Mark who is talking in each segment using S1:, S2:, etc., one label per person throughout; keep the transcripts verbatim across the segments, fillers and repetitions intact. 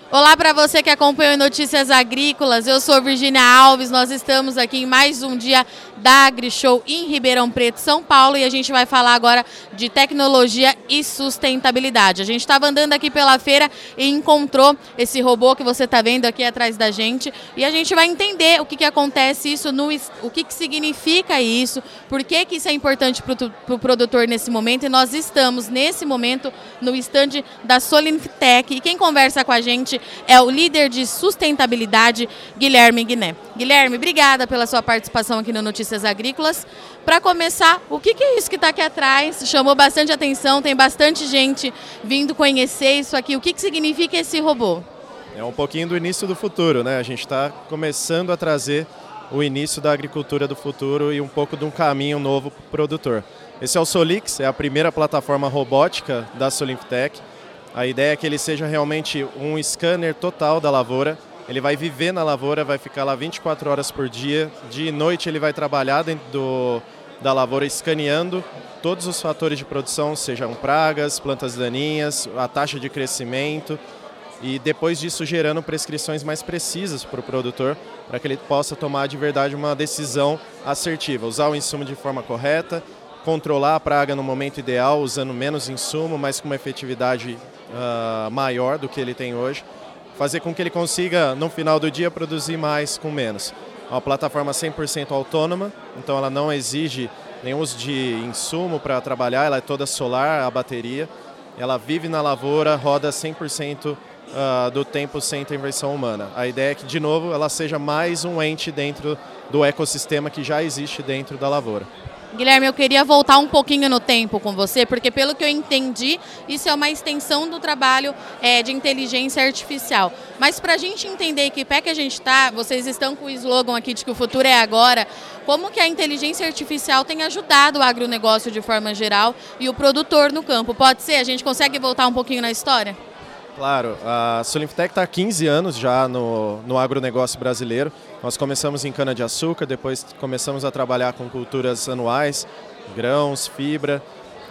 S1: Olá para você que acompanha Notícias Agrícolas, eu sou Virgínia Alves, nós estamos aqui em mais um dia da AgriShow em Ribeirão Preto, São Paulo, e a gente vai falar agora de tecnologia e sustentabilidade. A gente estava andando aqui pela feira e encontrou esse robô que você está vendo aqui atrás da gente, e a gente vai entender o que, que acontece isso, no, o que, que significa isso, por que, que isso é importante para o pro produtor nesse momento, e nós estamos nesse momento no stand da Solinftec, e quem conversa com a gente é o líder de sustentabilidade, Guilherme Guiné. Guilherme, obrigada pela sua participação aqui no Notícias Agrícolas. Para começar, o que, que é isso que está aqui atrás? Chamou bastante atenção, tem bastante gente vindo conhecer isso aqui. O que, que significa esse robô?
S2: É um pouquinho do início do futuro, né? A gente está começando a trazer o início da agricultura do futuro e um pouco de um caminho novo para o produtor. Esse é o Solix, é a primeira plataforma robótica da Solinftec. A ideia é que ele seja realmente um scanner total da lavoura. Ele vai viver na lavoura, vai ficar lá vinte e quatro horas por dia. Dia e noite ele vai trabalhar dentro do, da lavoura escaneando todos os fatores de produção, sejam pragas, plantas daninhas, a taxa de crescimento. E depois disso gerando prescrições mais precisas para o produtor, para que ele possa tomar de verdade uma decisão assertiva. Usar o insumo de forma correta, controlar a praga no momento ideal, usando menos insumo, mas com uma efetividade uh, maior do que ele tem hoje. Fazer com que ele consiga, no final do dia, produzir mais com menos. É uma plataforma cem por cento autônoma, então ela não exige nenhum uso de insumo para trabalhar, ela é toda solar, a bateria. Ela vive na lavoura, roda cem por cento uh, do tempo sem intervenção humana. A ideia é que, de novo, ela seja mais um ente dentro do ecossistema que já existe dentro da lavoura.
S1: Guilherme, eu queria voltar um pouquinho no tempo com você, porque pelo que eu entendi, isso é uma extensão do trabalho é, de inteligência artificial. Mas para a gente entender que pé que a gente está, vocês estão com o slogan aqui de que o futuro é agora, como que a inteligência artificial tem ajudado o agronegócio de forma geral e o produtor no campo? Pode ser? A gente consegue voltar um pouquinho na história?
S2: Claro, a Solinftec está há quinze anos já no, no agronegócio brasileiro. Nós começamos em cana-de-açúcar, depois começamos a trabalhar com culturas anuais, grãos, fibra.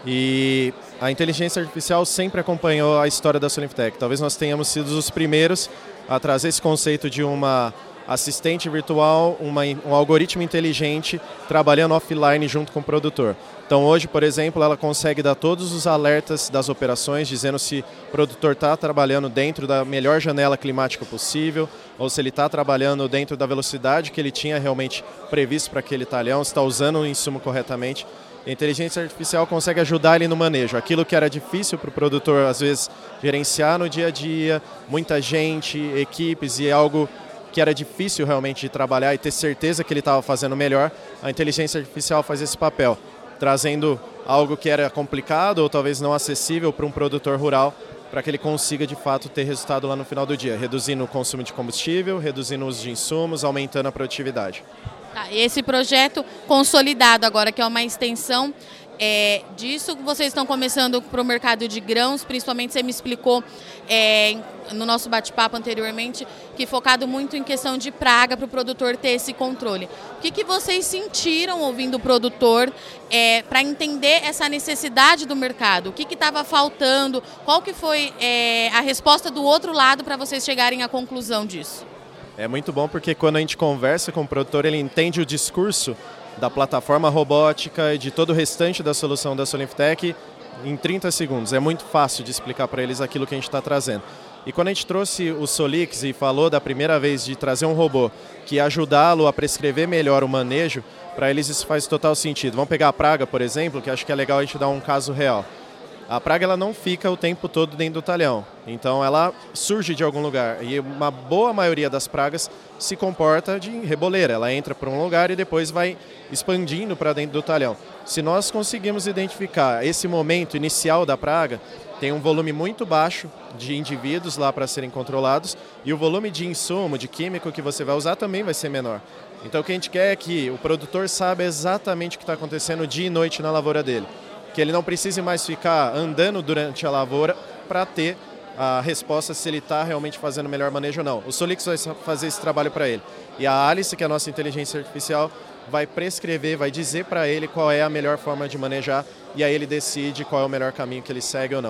S2: E a inteligência artificial sempre acompanhou a história da Solinftec. Talvez nós tenhamos sido os primeiros a trazer esse conceito de uma assistente virtual, uma, um algoritmo inteligente trabalhando offline junto com o produtor. Então hoje, por exemplo, ela consegue dar todos os alertas das operações, dizendo se o produtor está trabalhando dentro da melhor janela climática possível, ou se ele está trabalhando dentro da velocidade que ele tinha realmente previsto para aquele talhão, se está usando o insumo corretamente. A inteligência artificial consegue ajudar ele no manejo. Aquilo que era difícil para o produtor, às vezes, gerenciar no dia a dia, muita gente, equipes, e algo que era difícil realmente de trabalhar e ter certeza que ele estava fazendo melhor, a inteligência artificial faz esse papel, trazendo algo que era complicado ou talvez não acessível para um produtor rural, para que ele consiga de fato ter resultado lá no final do dia, reduzindo o consumo de combustível, reduzindo o uso de insumos, aumentando a produtividade.
S1: Tá, esse projeto consolidado agora, que é uma extensão é, disso que vocês estão começando para o mercado de grãos, principalmente você me explicou é, no nosso bate-papo anteriormente, que focado muito em questão de praga para o produtor ter esse controle. O que, que vocês sentiram ouvindo o produtor é, para entender essa necessidade do mercado? O que estava faltando? Qual que foi é, a resposta do outro lado para vocês chegarem à conclusão disso?
S2: É muito bom porque quando a gente conversa com o produtor, ele entende o discurso da plataforma robótica e de todo o restante da solução da Solinftec em trinta segundos. É muito fácil de explicar para eles aquilo que a gente está trazendo. E quando a gente trouxe o Solix e falou da primeira vez de trazer um robô que ia ajudá-lo a prescrever melhor o manejo, para eles isso faz total sentido. Vamos pegar a praga, por exemplo, que acho que é legal a gente dar um caso real. A praga ela não fica o tempo todo dentro do talhão, então ela surge de algum lugar e uma boa maioria das pragas se comporta de reboleira, ela entra para um lugar e depois vai expandindo para dentro do talhão. Se nós conseguirmos identificar esse momento inicial da praga, tem um volume muito baixo de indivíduos lá para serem controlados e o volume de insumo, de químico que você vai usar também vai ser menor. Então o que a gente quer é que o produtor saiba exatamente o que está acontecendo dia e noite na lavoura dele. Que ele não precise mais ficar andando durante a lavoura para ter a resposta se ele está realmente fazendo o melhor manejo ou não. O Solix vai fazer esse trabalho para ele. E a Alice, que é a nossa inteligência artificial, vai prescrever, vai dizer para ele qual é a melhor forma de manejar e aí ele decide qual é o melhor caminho que ele segue ou não.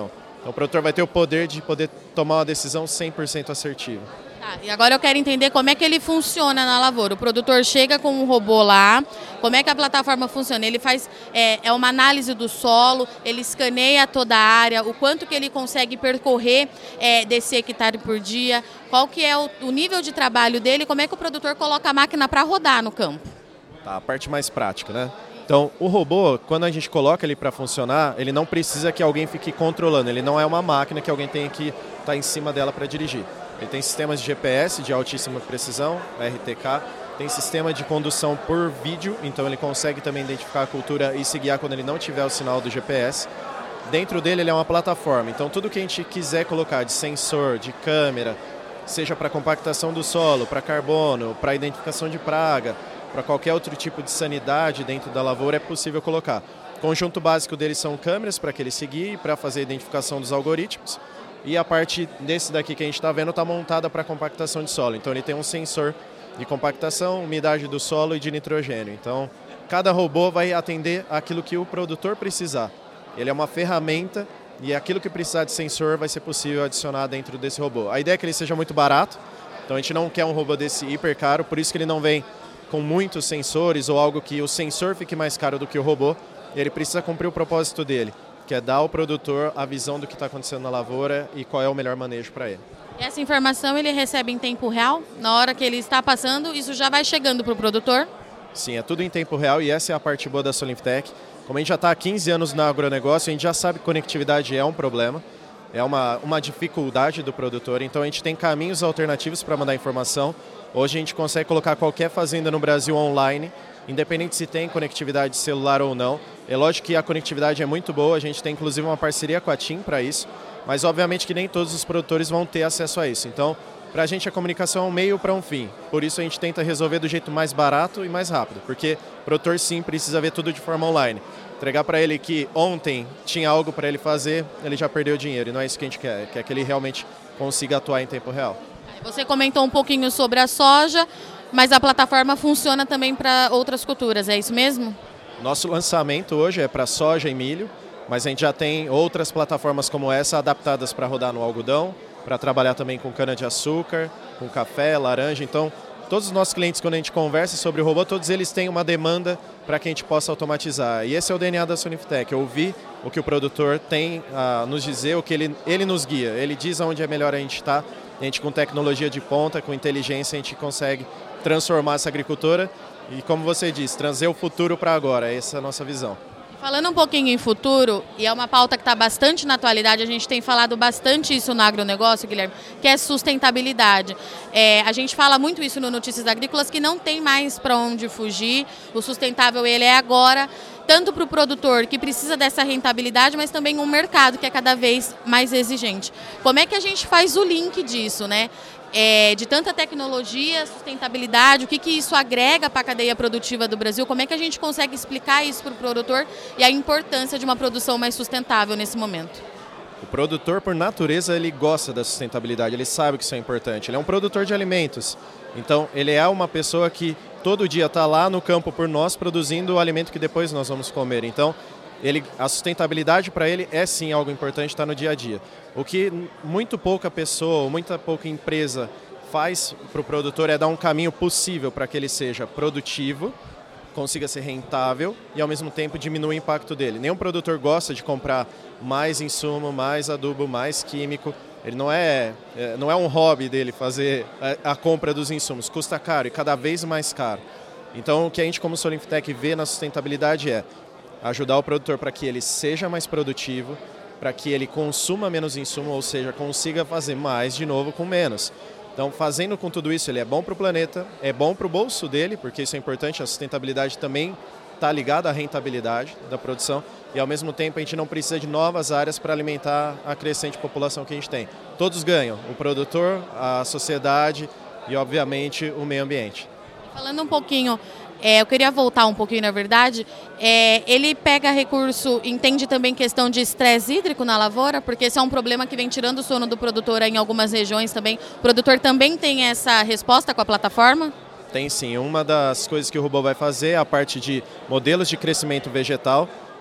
S2: Então o produtor vai ter o poder de poder tomar uma decisão cem por cento assertiva.
S1: Tá, e agora eu quero entender como é que ele funciona na lavoura. O produtor chega com um robô lá, como é que a plataforma funciona? Ele faz é, é uma análise do solo, ele escaneia toda a área, o quanto que ele consegue percorrer é, desse hectare por dia, qual que é o, o nível de trabalho dele, como é que o produtor coloca a máquina para rodar no campo?
S2: Tá, a parte mais prática, né? Então, o robô, quando a gente coloca ele para funcionar, ele não precisa que alguém fique controlando, ele não é uma máquina que alguém tenha que estar em cima dela para dirigir. Ele tem sistemas de G P S de altíssima precisão, R T K, tem sistema de condução por vídeo, então ele consegue também identificar a cultura e se guiar quando ele não tiver o sinal do G P S. Dentro dele ele é uma plataforma, então tudo que a gente quiser colocar de sensor, de câmera, seja para compactação do solo, para carbono, para identificação de praga, para qualquer outro tipo de sanidade dentro da lavoura é possível colocar. O conjunto básico dele são câmeras para que ele se guie, para fazer a identificação dos algoritmos. E a parte desse daqui que a gente está vendo está montada para compactação de solo. Então ele tem um sensor de compactação, umidade do solo e de nitrogênio. Então cada robô vai atender aquilo que o produtor precisar. Ele é uma ferramenta e aquilo que precisar de sensor vai ser possível adicionar dentro desse robô. A ideia é que ele seja muito barato, então a gente não quer um robô desse hiper caro, por isso que ele não vem com muitos sensores ou algo que o sensor fique mais caro do que o robô. Ele precisa cumprir o propósito dele, que é dar ao produtor a visão do que está acontecendo na lavoura e qual é o melhor manejo para ele.
S1: Essa informação ele recebe em tempo real? Na hora que ele está passando, isso já vai chegando para o produtor?
S2: Sim, é tudo em tempo real e essa é a parte boa da Solinftec. Como a gente já está há quinze anos no agronegócio, a gente já sabe que conectividade é um problema, é uma, uma dificuldade do produtor, então a gente tem caminhos alternativos para mandar informação. Hoje a gente consegue colocar qualquer fazenda no Brasil online, independente se tem conectividade celular ou não. É lógico que a conectividade é muito boa, a gente tem inclusive uma parceria com a TIM para isso, mas obviamente que nem todos os produtores vão ter acesso a isso. Então, para a gente a comunicação é um meio para um fim, por isso a gente tenta resolver do jeito mais barato e mais rápido, porque o produtor sim precisa ver tudo de forma online. Entregar para ele que ontem tinha algo para ele fazer, ele já perdeu dinheiro e não é isso que a gente quer, quer que ele realmente consiga atuar em tempo real.
S1: Você comentou um pouquinho sobre a soja, mas a plataforma funciona também para outras culturas, é isso mesmo?
S2: Nosso lançamento hoje é para soja e milho, mas a gente já tem outras plataformas como essa adaptadas para rodar no algodão, para trabalhar também com cana-de-açúcar, com café, laranja. Então, todos os nossos clientes, quando a gente conversa sobre o robô, todos eles têm uma demanda para que a gente possa automatizar. E esse é o D N A da Solinftec, ouvir o que o produtor tem a nos dizer, o que ele, ele nos guia. Ele diz onde é melhor a gente estar. A gente, com tecnologia de ponta, com inteligência, a gente consegue transformar essa agricultura e, como você disse, trazer o futuro para agora. Essa é a nossa visão.
S1: Falando um pouquinho em futuro, e é uma pauta que está bastante na atualidade, a gente tem falado bastante isso no agronegócio, Guilherme, que é sustentabilidade. É, a gente fala muito isso no Notícias Agrícolas, que não tem mais para onde fugir, o sustentável ele é agora, tanto para o produtor que precisa dessa rentabilidade, mas também um mercado que é cada vez mais exigente. Como é que a gente faz o link disso, né? É, de tanta tecnologia, sustentabilidade, o que, que isso agrega para a cadeia produtiva do Brasil, como é que a gente consegue explicar isso para o produtor e a importância de uma produção mais sustentável nesse momento?
S2: O produtor, por natureza, ele gosta da sustentabilidade, ele sabe que isso é importante. Ele é um produtor de alimentos, então ele é uma pessoa que todo dia está lá no campo por nós produzindo o alimento que depois nós vamos comer. Então, ele, a sustentabilidade para ele é sim algo importante, está no dia a dia. O que muito pouca pessoa, muita pouca empresa faz para o produtor é dar um caminho possível para que ele seja produtivo, consiga ser rentável e ao mesmo tempo diminuir o impacto dele. Nenhum produtor gosta de comprar mais insumo, mais adubo, mais químico. Ele não é, não é um hobby dele fazer a, a compra dos insumos, custa caro e cada vez mais caro. Então o que a gente como Solinftec vê na sustentabilidade é ajudar o produtor para que ele seja mais produtivo, para que ele consuma menos insumo, ou seja, consiga fazer mais de novo com menos. Então, fazendo com tudo isso, ele é bom para o planeta, é bom para o bolso dele, porque isso é importante, a sustentabilidade também está ligada à rentabilidade da produção, e ao mesmo tempo a gente não precisa de novas áreas para alimentar a crescente população que a gente tem. Todos ganham, o produtor, a sociedade e, obviamente, o meio ambiente.
S1: Falando um pouquinho, é, eu queria voltar um pouquinho, na verdade, é, ele pega recurso, entende também questão de estresse hídrico na lavoura, porque esse é um problema que vem tirando o sono do produtor em algumas regiões também. O produtor também tem essa resposta com a plataforma?
S2: Tem sim, uma das coisas que o robô vai fazer é a parte de modelos de crescimento vegetal.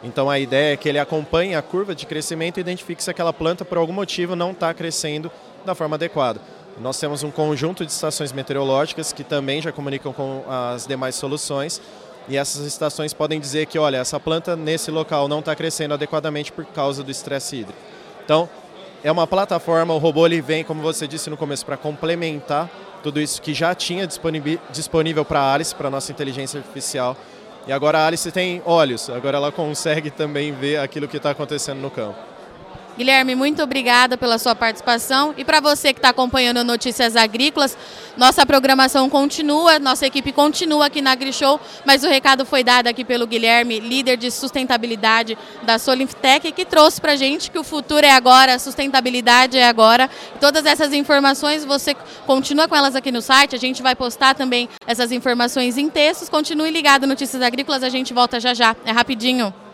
S2: Então a ideia é que ele acompanhe a curva de crescimento e identifique se aquela planta por algum motivo não está crescendo da forma adequada. Nós temos um conjunto de estações meteorológicas que também já comunicam com as demais soluções e essas estações podem dizer que, olha, essa planta nesse local não está crescendo adequadamente por causa do estresse hídrico. Então, é uma plataforma, o robô ele vem, como você disse no começo, para complementar tudo isso que já tinha disponível para a Alice, para a nossa inteligência artificial. E agora a Alice tem olhos, agora ela consegue também ver aquilo que está acontecendo no campo.
S1: Guilherme, muito obrigada pela sua participação. E para você que está acompanhando Notícias Agrícolas, nossa programação continua, nossa equipe continua aqui na AgriShow, mas o recado foi dado aqui pelo Guilherme, líder de sustentabilidade da Solinftec, que trouxe para a gente que o futuro é agora, a sustentabilidade é agora. Todas essas informações, você continua com elas aqui no site, a gente vai postar também essas informações em textos. Continue ligado Notícias Agrícolas, a gente volta já já, é rapidinho.